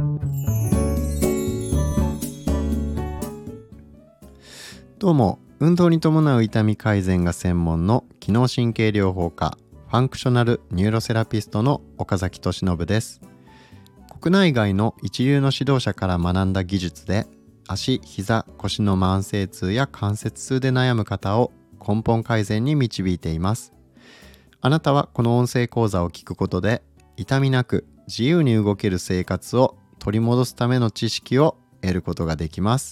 どうも、運動に伴う痛み改善が専門の機能神経療法科ファンクショナルニューロセラピストの岡崎俊信です。国内外の一流の指導者から学んだ技術で足、膝、腰の慢性痛や関節痛で悩む方を根本改善に導いています。あなたはこの音声講座を聞くことで痛みなく自由に動ける生活を取り戻すための知識を得ることができます。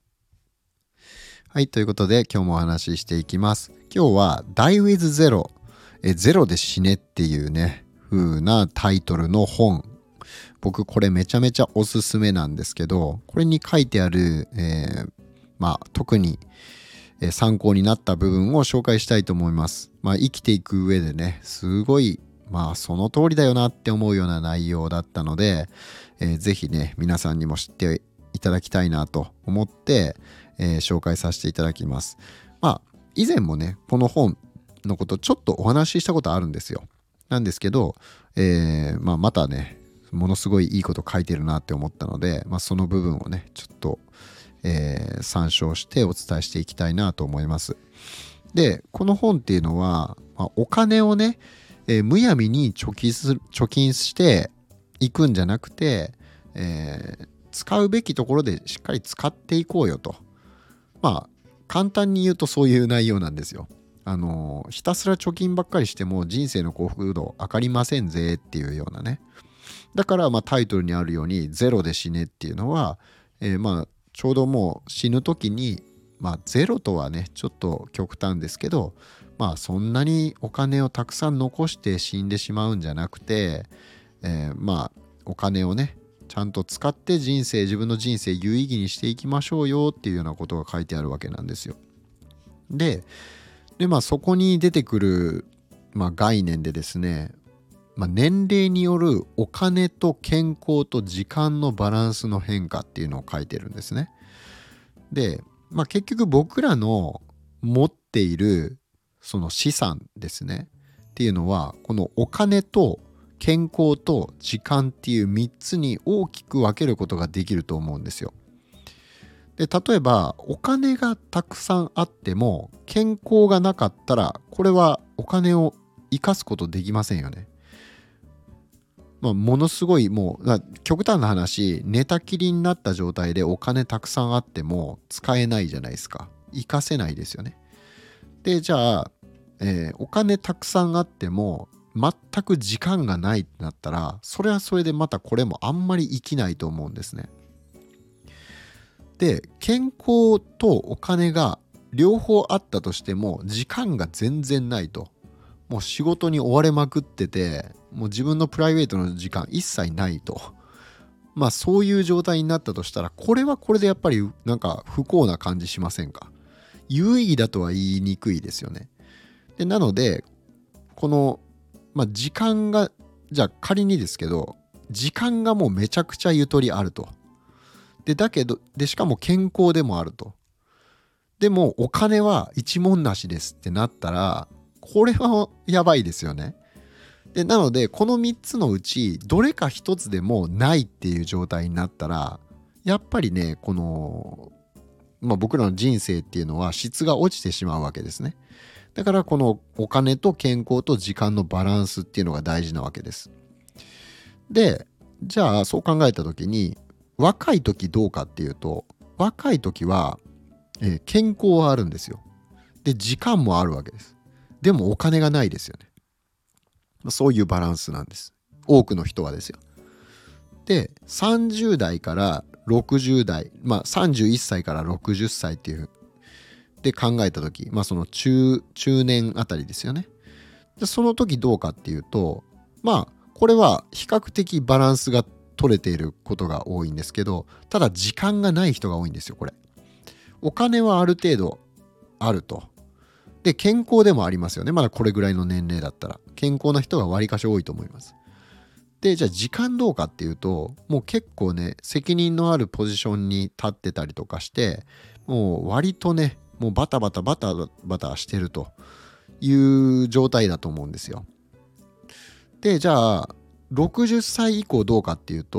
はい、ということで今日もお話ししていきます。今日は Die with Zero ゼロで死ねっていうね風なタイトルの本、僕これめちゃめちゃおすすめなんですけど、これに書いてある、特に参考になった部分を紹介したいと思います。生きていく上でねすごいその通りだよなって思うような内容だったので、ぜひね皆さんにも知っていただきたいなと思って紹介させていただきます。以前もねこの本のことちょっとお話ししたことあるんですよ。なんですけど、またねものすごいいいこと書いてるなって思ったので、その部分をねちょっと、参照してお伝えしていきたいなと思います。でこの本っていうのは、お金をね、むやみに貯金していくんじゃなくて、使うべきところでしっかり使っていこうよと、簡単に言うとそういう内容なんですよ。ひたすら貯金ばっかりしても人生の幸福度上がりませんぜっていうようなね。だからタイトルにあるようにゼロで死ねっていうのは、ちょうどもう死ぬ時にゼロとはねちょっと極端ですけど、そんなにお金をたくさん残して死んでしまうんじゃなくて、お金をねちゃんと使って自分の人生有意義にしていきましょうよっていうようなことが書いてあるわけなんですよ。でそこに出てくる、概念でですね、年齢によるお金と健康と時間のバランスの変化っていうのを書いてるんですね。で、結局僕らの持っているその資産ですねっていうのはこのお金と健康と時間っていう3つに大きく分けることができると思うんですよ。で例えばお金がたくさんあっても健康がなかったらこれはお金を生かすことできませんよね。ものすごいもう極端な話、寝たきりになった状態でお金たくさんあっても使えないじゃないですか。生かせないですよね。でじゃあ、お金たくさんあっても全く時間がないってなったらそれはそれでまたこれもあんまり生きないと思うんですね。で健康とお金が両方あったとしても時間が全然ないと、もう仕事に追われまくっててもう自分のプライベートの時間一切ないと、そういう状態になったとしたらこれはこれでやっぱりなんか不幸な感じしませんか。有意義だとは言いにくいですよね。でなのでこの時間がじゃあ仮にですけど時間がもうめちゃくちゃゆとりあると。だけどしかも健康でもあると。でもお金は一文なしですってなったらこれはやばいですよね。でなのでこの3つのうちどれか1つでもないっていう状態になったらやっぱりねこの、僕らの人生っていうのは質が落ちてしまうわけですね。だからこのお金と健康と時間のバランスっていうのが大事なわけです。でじゃあそう考えた時に若い時どうかっていうと、若い時は、健康はあるんですよ。で時間もあるわけです。でもお金がないですよね。そういうバランスなんです。多くの人はですよ。で30代から60代、31歳から60歳っていうで考えた時、その中年あたりですよね。でその時どうかっていうと、これは比較的バランスが取れていることが多いんですけど、ただ時間がない人が多いんですよ。これお金はある程度あると。で健康でもありますよね。まだこれぐらいの年齢だったら健康な人がわりかし多いと思います。でじゃあ時間どうかっていうと、もう結構ね責任のあるポジションに立ってたりとかして、もう割とねもうバタバタしてるという状態だと思うんですよ。でじゃあ60歳以降どうかっていうと、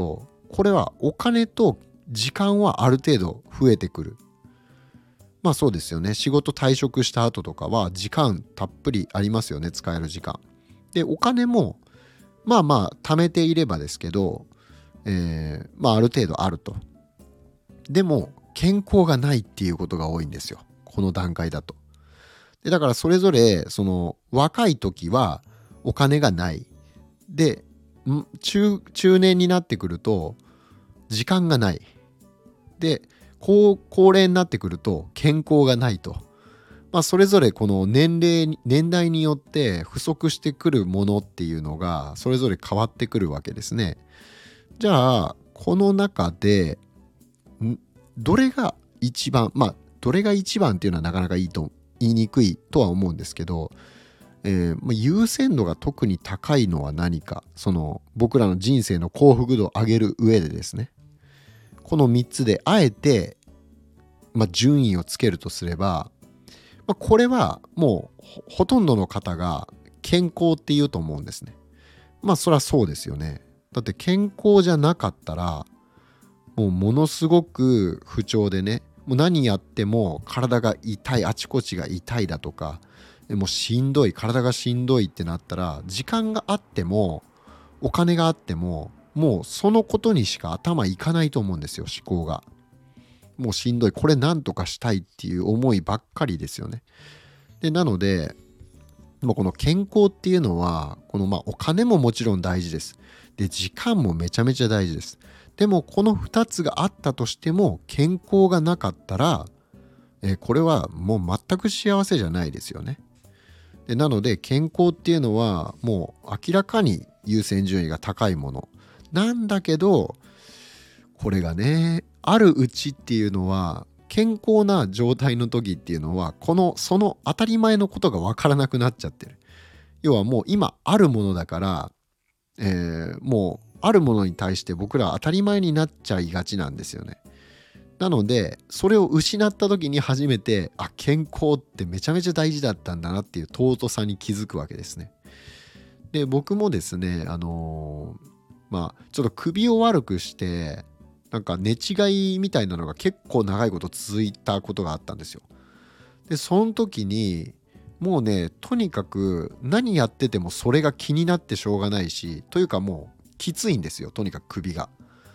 これはお金と時間はある程度増えてくる。まあそうですよね。仕事退職した後とかは時間たっぷりありますよね、使える時間。で、お金もまあまあ貯めていればですけど、まあある程度あると。でも健康がないっていうことが多いんですよ、この段階だと。でだからそれぞれその若い時はお金がない。で中年になってくると時間がない。で高齢になってくると健康がないと。まあそれぞれこの年代によって不足してくるものっていうのがそれぞれ変わってくるわけですね。じゃあこの中でどれが一番、まあどれが一番っていうのはなかなか言いにくいとは思うんですけど、優先度が特に高いのは何か、その僕らの人生の幸福度を上げる上でですね、この3つであえて、順位をつけるとすれば、これはもうほとんどの方が健康って言うと思うんですね。そりゃそうですよね。だって健康じゃなかったらもうものすごく不調でね、もう何やっても体が痛い、あちこちが痛いだとか、もうしんどい、体がしんどいってなったら、時間があってもお金があってももうそのことにしか頭いかないと思うんですよ、思考が。もうしんどい、これなんとかしたいっていう思いばっかりですよね。でなのでもうこの健康っていうのはこのお金ももちろん大事です。で時間もめちゃめちゃ大事です。でもこの2つがあったとしても健康がなかったら、これはもう全く幸せじゃないですよね。でなので健康っていうのはもう明らかに優先順位が高いものなんだけど、これがねあるうちっていうのは健康な状態の時っていうのはその当たり前のことが分からなくなっちゃってる。要はもう今あるものだから、もうあるものに対して僕らは当たり前になっちゃいがちなんですよね。なのでそれを失った時に初めて健康ってめちゃめちゃ大事だったんだなっていう尊さに気づくわけですね。で僕もですねちょっと首を悪くしてなんか寝違いみたいなのが結構長いこと続いたことがあったんですよ。でその時にもうねとにかく何やっててもそれが気になってしょうがないし、というかもうきついんですよ、とにかく首が。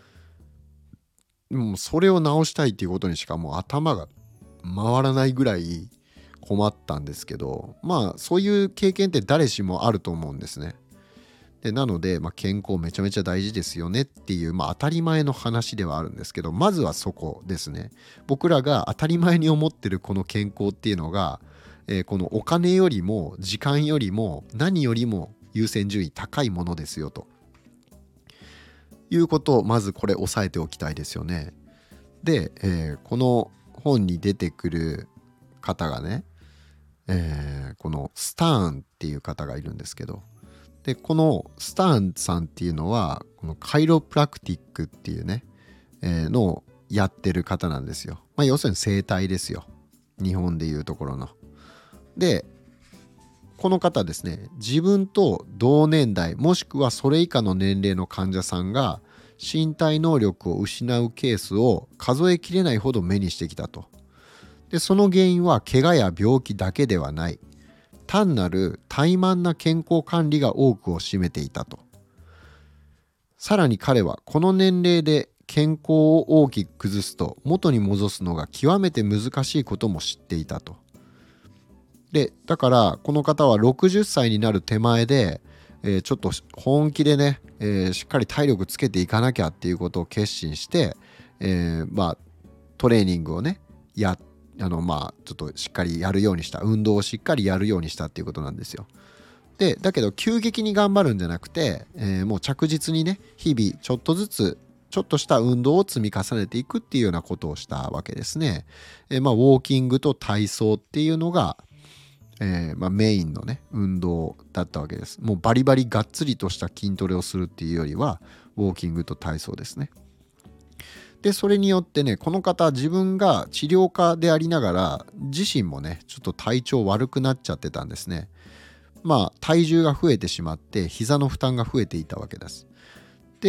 もうそれを直したいっていうことにしかもう頭が回らないぐらい困ったんですけど、そういう経験って誰しもあると思うんですね。でなので、健康めちゃめちゃ大事ですよねっていう、当たり前の話ではあるんですけど、まずはそこですね。僕らが当たり前に思ってるこの健康っていうのが、このお金よりも時間よりも何よりも優先順位高いものですよということをまずこれ押さえておきたいですよね。で、この本に出てくる方がね、このスターンっていう方がいるんですけど、でこのスターンさんっていうのはこのカイロプラクティックっていうね、のをやってる方なんですよ。要するに整体ですよ、日本でいうところの。でこの方ですね、自分と同年代もしくはそれ以下の年齢の患者さんが身体能力を失うケースを数えきれないほど目にしてきたと。でその原因は怪我や病気だけではない、単なる怠慢な健康管理が多くを占めていたと。さらに彼はこの年齢で健康を大きく崩すと元に戻すのが極めて難しいことも知っていたと。でだからこの方は60歳になる手前で、ちょっと本気でね、しっかり体力つけていかなきゃっていうことを決心して、トレーニングをねちょっとしっかりやるようにした、運動をしっかりやるようにしたっていうことなんですよ。でだけど急激に頑張るんじゃなくて、もう着実にね日々ちょっとずつちょっとした運動を積み重ねていくっていうようなことをしたわけですね。ウォーキングと体操っていうのが、メインのね運動だったわけです。もうバリバリがっつりとした筋トレをするっていうよりはウォーキングと体操ですね。でそれによってねこの方自分が治療家でありながら自身もねちょっと体調悪くなっちゃってたんですね。体重が増えてしまって膝の負担が増えていたわけです。で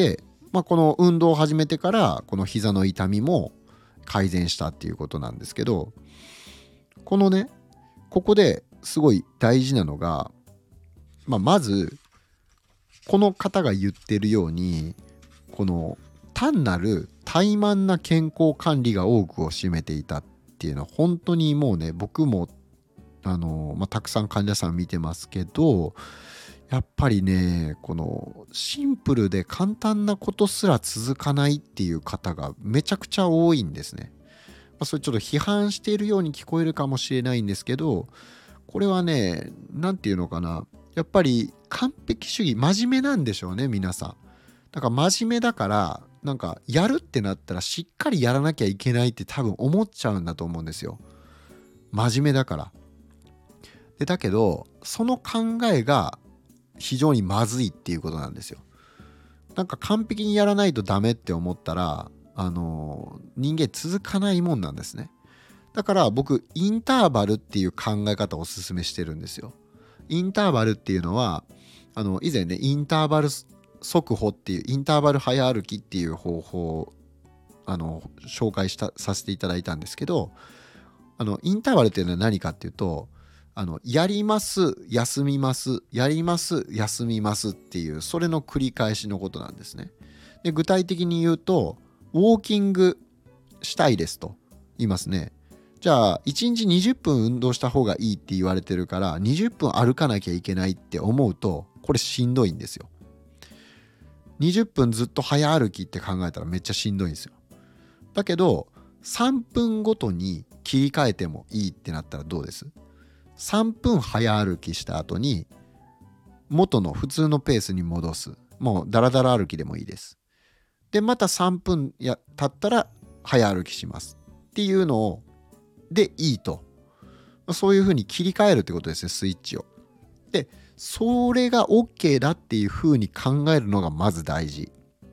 この運動を始めてからこの膝の痛みも改善したっていうことなんですけど、このね、ここですごい大事なのが、まずこの方が言ってるように、この単なる怠慢な健康管理が多くを占めていたっていうのは、本当にもうね、僕もたくさん患者さん見てますけど、やっぱりね、このシンプルで簡単なことすら続かないっていう方がめちゃくちゃ多いんですね。それちょっと批判しているように聞こえるかもしれないんですけど、これはね、なんていうのかな、やっぱり完璧主義、真面目なんでしょうね、皆さん。だから真面目だから、なんかやるってなったらしっかりやらなきゃいけないって多分思っちゃうんだと思うんですよ。真面目だから。で、だけど、その考えが非常にまずいっていうことなんですよ。なんか完璧にやらないとダメって思ったら、人間続かないもんなんですね。だから僕インターバルっていう考え方をおすすめしてるんですよ。インターバルっていうのは以前ね、インターバル速歩っていうインターバル早歩きっていう方法を紹介させていただいたんですけど、インターバルっていうのは何かっていうと、やります休みますやります休みますっていう、それの繰り返しのことなんですね。で、具体的に言うと、ウォーキングしたいですと言いますね。じゃあ1日20分運動した方がいいって言われてるから、20分歩かなきゃいけないって思うと、これしんどいんですよ。20分ずっと早歩きって考えたらめっちゃしんどいんですよ。だけど3分ごとに切り替えてもいいってなったらどうです？ 3 分早歩きした後に元の普通のペースに戻す。もうダラダラ歩きでもいいです。で、また3分経ったら早歩きしますっていうのをでいいと。そういう風に切り替えるってことですね、スイッチを。で、それが OK だっていう風に考えるのがまず大事。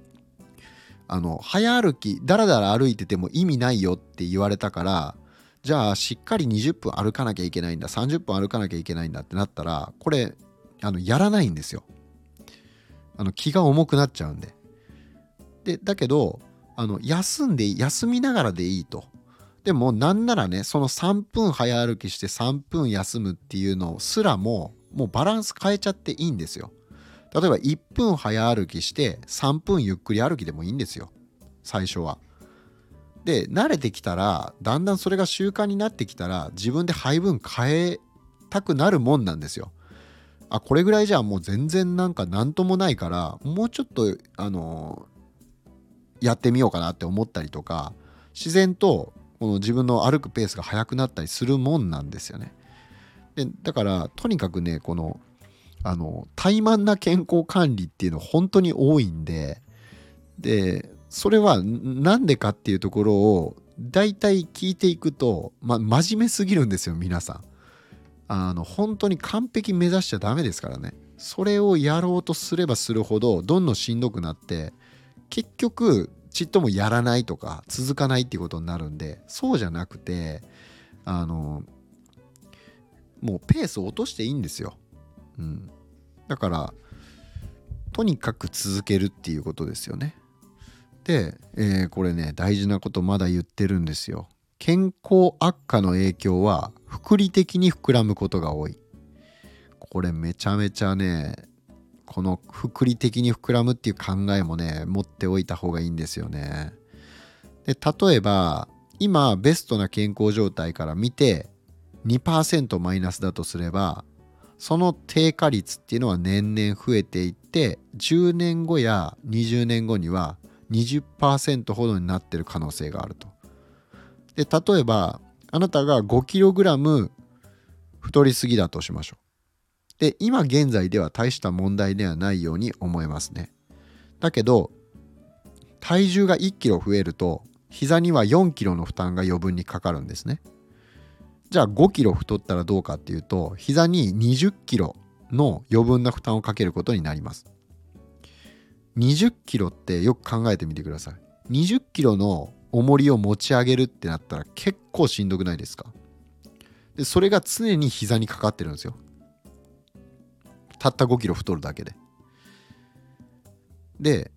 早歩きだらだら歩いてても意味ないよって言われたから、じゃあしっかり20分歩かなきゃいけないんだ、30分歩かなきゃいけないんだってなったら、これやらないんですよ。気が重くなっちゃうんで。だけど休みながらでいいと。でもなんならね、その3分早歩きして3分休むっていうのすらもうバランス変えちゃっていいんですよ。例えば1分早歩きして3分ゆっくり歩きでもいいんですよ、最初は。で、慣れてきたら、だんだんそれが習慣になってきたら、自分で配分変えたくなるもんなんですよ。これぐらいじゃもう全然なんかなんともないから、もうちょっとやってみようかなって思ったりとか、自然とこの自分の歩くペースが速くなったりするもんなんですよね。で、だからとにかくね、この怠慢な健康管理っていうの本当に多いんで、それはなんでかっていうところを大体聞いていくと、真面目すぎるんですよ、皆さん。本当に完璧目指しちゃダメですからね。それをやろうとすればするほどどんどんしんどくなって、結局ちっともやらないとか続かないっていうことになるんで、そうじゃなくてもうペースを落としていいんですよ。だからとにかく続けるっていうことですよね。で、これね、大事なことまだ言ってるんですよ。健康悪化の影響は複利的に膨らむことが多い。これめちゃめちゃね、この複利的に膨らむっていう考えもね、持っておいた方がいいんですよね。で、例えば今ベストな健康状態から見て 2% マイナスだとすれば、その低下率っていうのは年々増えていって、10年後や20年後には 20% ほどになってる可能性があると。で、例えばあなたが 5kg 太りすぎだとしましょう。で、今現在では大した問題ではないように思えますね。だけど体重が 1kg 増えると膝には 4kg の負担が余分にかかるんですね。じゃあ 5kg 太ったらどうかっていうと、膝に 20kg の余分な負担をかけることになります。20kgってよく考えてみてください。20kg の重りを持ち上げるってなったら結構しんどくないですか？で、それが常に膝にかかってるんですよ。たった 5kg 太るだけで。で、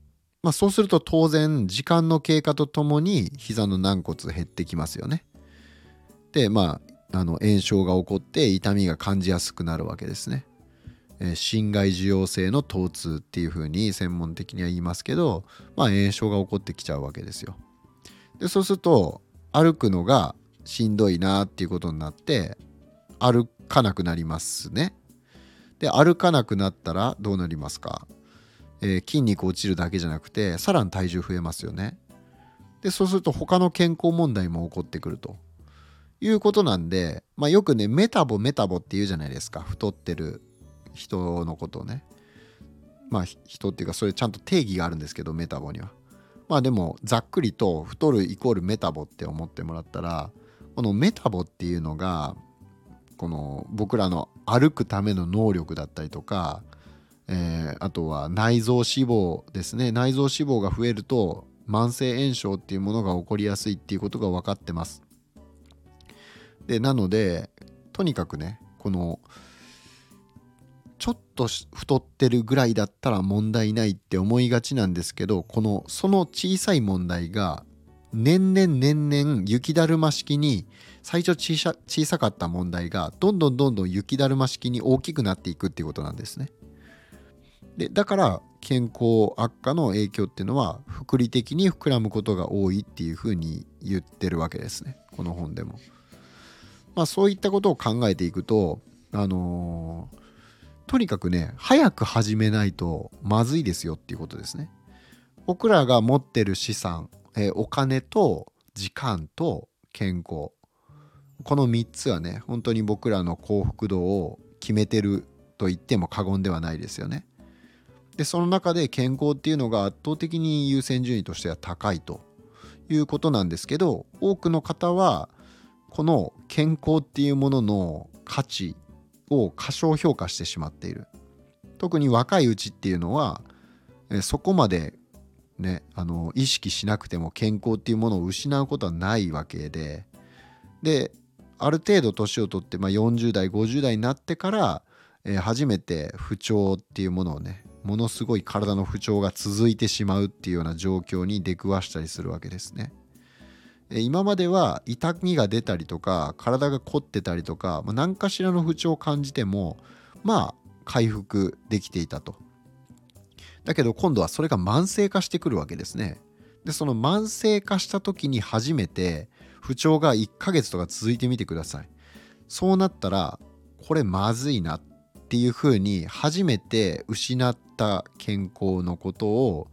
そうすると当然時間の経過とともに膝の軟骨減ってきますよね。で炎症が起こって痛みが感じやすくなるわけですね。心外受容性の疼痛っていう風に専門的には言いますけど、炎症が起こってきちゃうわけですよ。でそうすると歩くのがしんどいなっていうことになって歩かなくなりますね。で歩かなくなったらどうなりますか？筋肉落ちるだけじゃなくてさらに体重増えますよね。でそうすると他の健康問題も起こってくるということなんで、よくねメタボって言うじゃないですか、太ってる人のことをね。人っていうかそれちゃんと定義があるんですけど、メタボにはでもざっくりと太るイコールメタボって思ってもらったら、このメタボっていうのがこの僕らの歩くための能力だったりとか、あとは内臓脂肪ですね。内臓脂肪が増えると慢性炎症っていうものが起こりやすいっていうことが分かってます。でなのでとにかくね、このちょっと太ってるぐらいだったら問題ないって思いがちなんですけど、その小さい問題が年々雪だるま式に、最初小さかった問題がどんどん雪だるま式に大きくなっていくっていうことなんですね。でだから健康悪化の影響っていうのは複利的に膨らむことが多いっていうふうに言ってるわけですね、この本でも。そういったことを考えていくと、とにかくね早く始めないとまずいですよっていうことですね。僕らが持ってる資産、お金と時間と健康、この3つはね本当に僕らの幸福度を決めてると言っても過言ではないですよね。でその中で健康っていうのが圧倒的に優先順位としては高いということなんですけど、多くの方はこの健康っていうものの価値を過小評価してしまっている。特に若いうちっていうのはそこまでね意識しなくても健康っていうものを失うことはないわけで、ある程度年を取って、40代50代になってから、初めて不調っていうものをね、ものすごい体の不調が続いてしまうっていうような状況に出くわしたりするわけですね。今までは痛みが出たりとか体が凝ってたりとか、何かしらの不調を感じても回復できていたと。だけど今度はそれが慢性化してくるわけですね。でその慢性化した時に初めて不調が1ヶ月とか続いてみてください。そうなったらこれまずいなっていうふうに初めて失った健康のことを、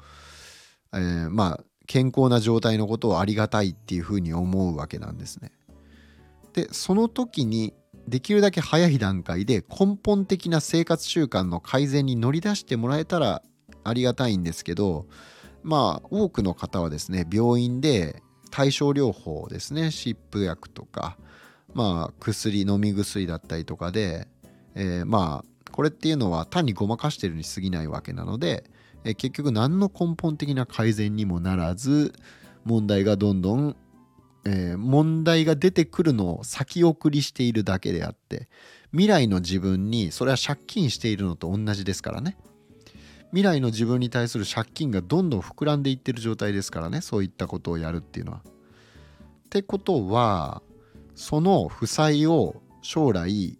健康な状態のことをありがたいっていうふうに思うわけなんですね。でその時にできるだけ早い段階で根本的な生活習慣の改善に乗り出してもらえたらありがたいんですけど、多くの方はですね病院で対症療法ですね、湿布薬とか飲み薬だったりとかで、これっていうのは単にごまかしてるに過ぎないわけなので、結局何の根本的な改善にもならず問題がどんどん、問題が出てくるのを先送りしているだけであって、未来の自分にそれは借金しているのと同じですからね。未来の自分に対する借金がどんどん膨らんでいってる状態ですからね、そういったことをやるっていうのは。ってことはその負債を将来、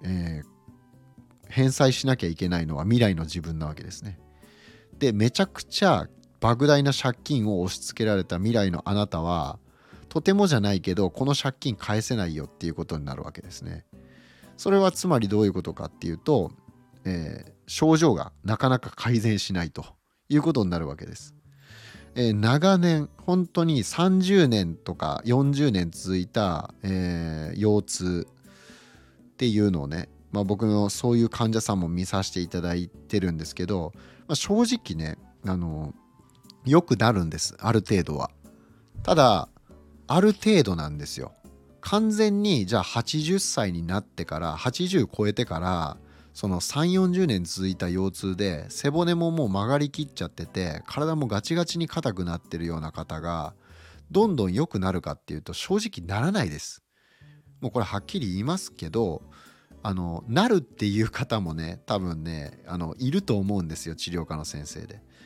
返済しなきゃいけないのは未来の自分なわけですね。でめちゃくちゃ莫大な借金を押し付けられた未来のあなたはとてもじゃないけどこの借金返せないよっていうことになるわけですね。それはつまりどういうことかっていうと、症状がなかなか改善しないということになるわけです。長年本当に30年とか40年続いた、腰痛っていうのをね、僕のそういう患者さんも見させていただいてるんですけど、正直ねよくなるんです、ある程度は。ただある程度なんですよ。完全にじゃあ80歳になってから80超えてからその3、40年続いた腰痛で背骨ももう曲がりきっちゃってて体もガチガチに硬くなってるような方がどんどん良くなるかっていうと正直ならないです。もうこれはっきり言いますけど、なるっていう方もね多分ねいると思うんですよ、治療科の先生で。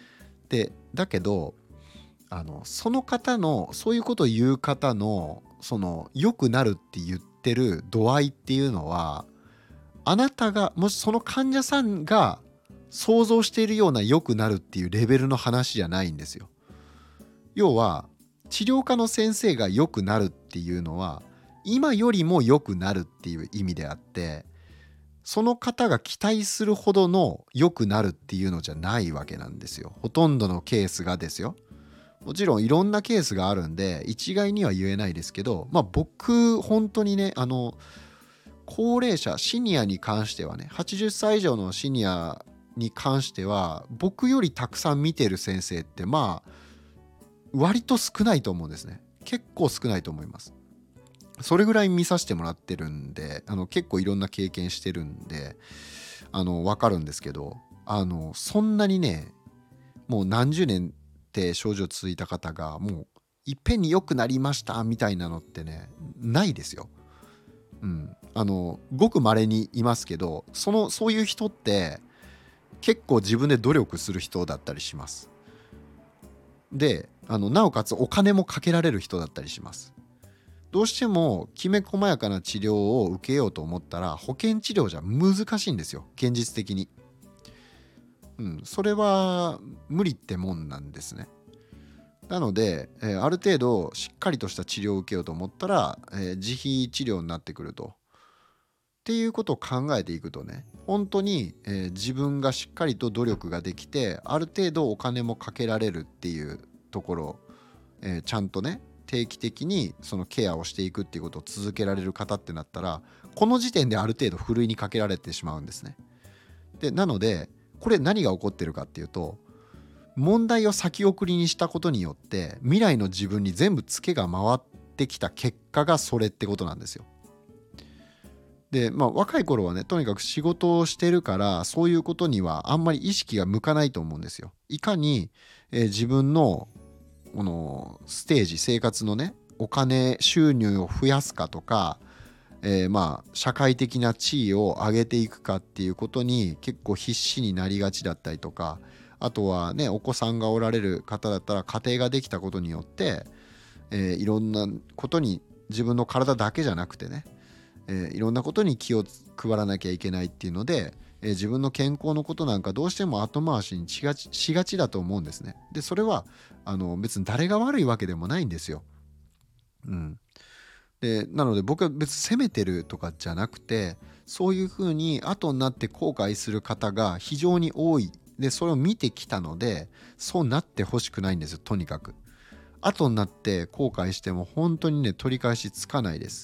でだけどその方のそういうことを言う方のその良くなるって言ってる度合いっていうのは、あなたがもしその患者さんが想像しているような良くなるっていうレベルの話じゃないんですよ。要は治療科の先生が良くなるっていうのは今よりも良くなるっていう意味であって、その方が期待するほどの良くなるっていうのじゃないわけなんですよ。ほとんどのケースがですよ。もちろんいろんなケースがあるんで一概には言えないですけど、僕本当にね高齢者シニアに関してはね、80歳以上のシニアに関しては僕よりたくさん見てる先生って割と少ないと思うんですね。結構少ないと思います。それぐらい見させてもらってるんで、結構いろんな経験してるんで分かるんですけど、そんなにね、もう何十年って症状続いた方がもういっぺんに良くなりましたみたいなのってね、ないですよ。ごく稀にいますけど、そういう人って結構自分で努力する人だったりします。でなおかつお金もかけられる人だったりします。どうしてもきめ細やかな治療を受けようと思ったら保険治療じゃ難しいんですよ、現実的に。それは無理ってもんなんですね。なので、ある程度しっかりとした治療を受けようと思ったら、自費治療になってくると。っていうことを考えていくとね、本当に、自分がしっかりと努力ができて、ある程度お金もかけられるっていうところ、ちゃんとね定期的にそのケアをしていくっていうことを続けられる方ってなったら、この時点である程度ふるいにかけられてしまうんですね。でなのでこれ何が起こってるかっていうと、問題を先送りにしたことによって未来の自分に全部ツケが回ってきた結果がそれってことなんですよ。で若い頃はね、とにかく仕事をしてるからそういうことにはあんまり意識が向かないと思うんですよ。いかに、自分のこのステージ、生活のねお金収入を増やすかとか、社会的な地位を上げていくかっていうことに結構必死になりがちだったりとか、あとはねお子さんがおられる方だったら家庭ができたことによって、いろんなことに自分の体だけじゃなくてね、いろんなことに気を配らなきゃいけないっていうので、自分の健康のことなんかどうしても後回しにしがちだと思うんですね。でそれは別に誰が悪いわけでもないんですよ。でなので僕は別に責めてるとかじゃなくて、そういうふうに後になって後悔する方が非常に多い。でそれを見てきたのでそうなってほしくないんですよ。とにかく後になって後悔しても本当にね取り返しつかないです。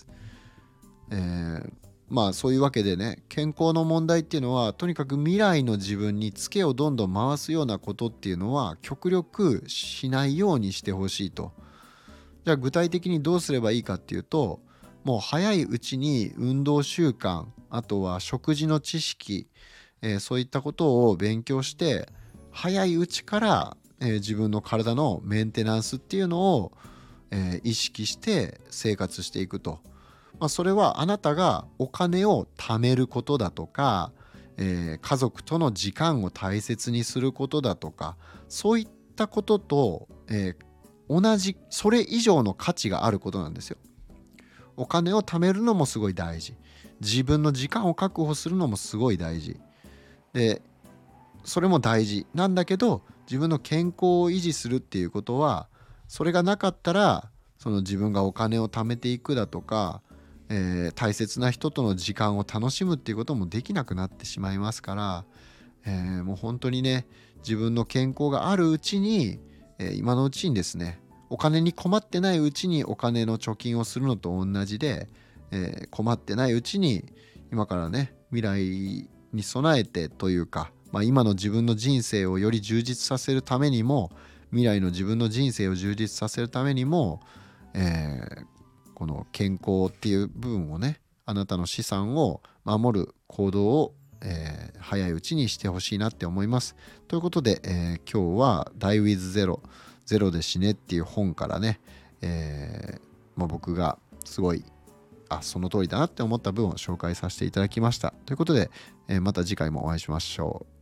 そういうわけでね、健康の問題っていうのはとにかく未来の自分にツケをどんどん回すようなことっていうのは極力しないようにしてほしいと。じゃあ具体的にどうすればいいかっていうと、もう早いうちに運動習慣、あとは食事の知識、そういったことを勉強して早いうちから、自分の体のメンテナンスっていうのを、意識して生活していくと。それはあなたがお金を貯めることだとか、家族との時間を大切にすることだとか、そういったことと、同じそれ以上の価値があることなんですよ。お金を貯めるのもすごい大事、自分の時間を確保するのもすごい大事で、それも大事なんだけど、自分の健康を維持するっていうことは、それがなかったらその自分がお金を貯めていくだとか、大切な人との時間を楽しむっていうこともできなくなってしまいますから、もう本当にね、自分の健康があるうちに、今のうちにですね、お金に困ってないうちにお金の貯金をするのと同じで、困ってないうちに今からね未来に備えてというか、今の自分の人生をより充実させるためにも、未来の自分の人生を充実させるためにも、この健康っていう部分をね、あなたの資産を守る行動を、早いうちにしてほしいなって思います。ということで、今日は Die with Zero ゼロで死ねっていう本からね、僕がすごいその通りだなって思った分を紹介させていただきました。ということで、また次回もお会いしましょう。